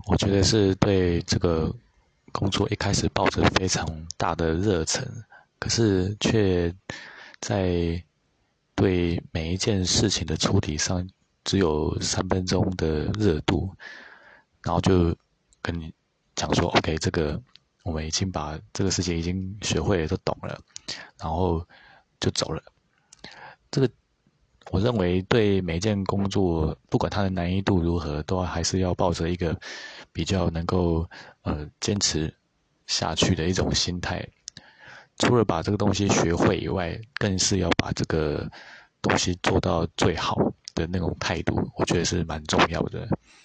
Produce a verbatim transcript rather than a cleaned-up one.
我觉得是对这个工作一开始抱着非常大的热忱，可是却在对每一件事情的处理上只有三分钟的热度，然后就跟你讲说，OK，这个我们已经把这个事情已经学会了，都懂了，然后就走了。这个我认为对每一件工作，不管它的难易度如何，都还是要抱着一个比较能够呃坚持下去的一种心态。除了把这个东西学会以外，更是要把这个东西做到最好的那种态度，我觉得是蛮重要的。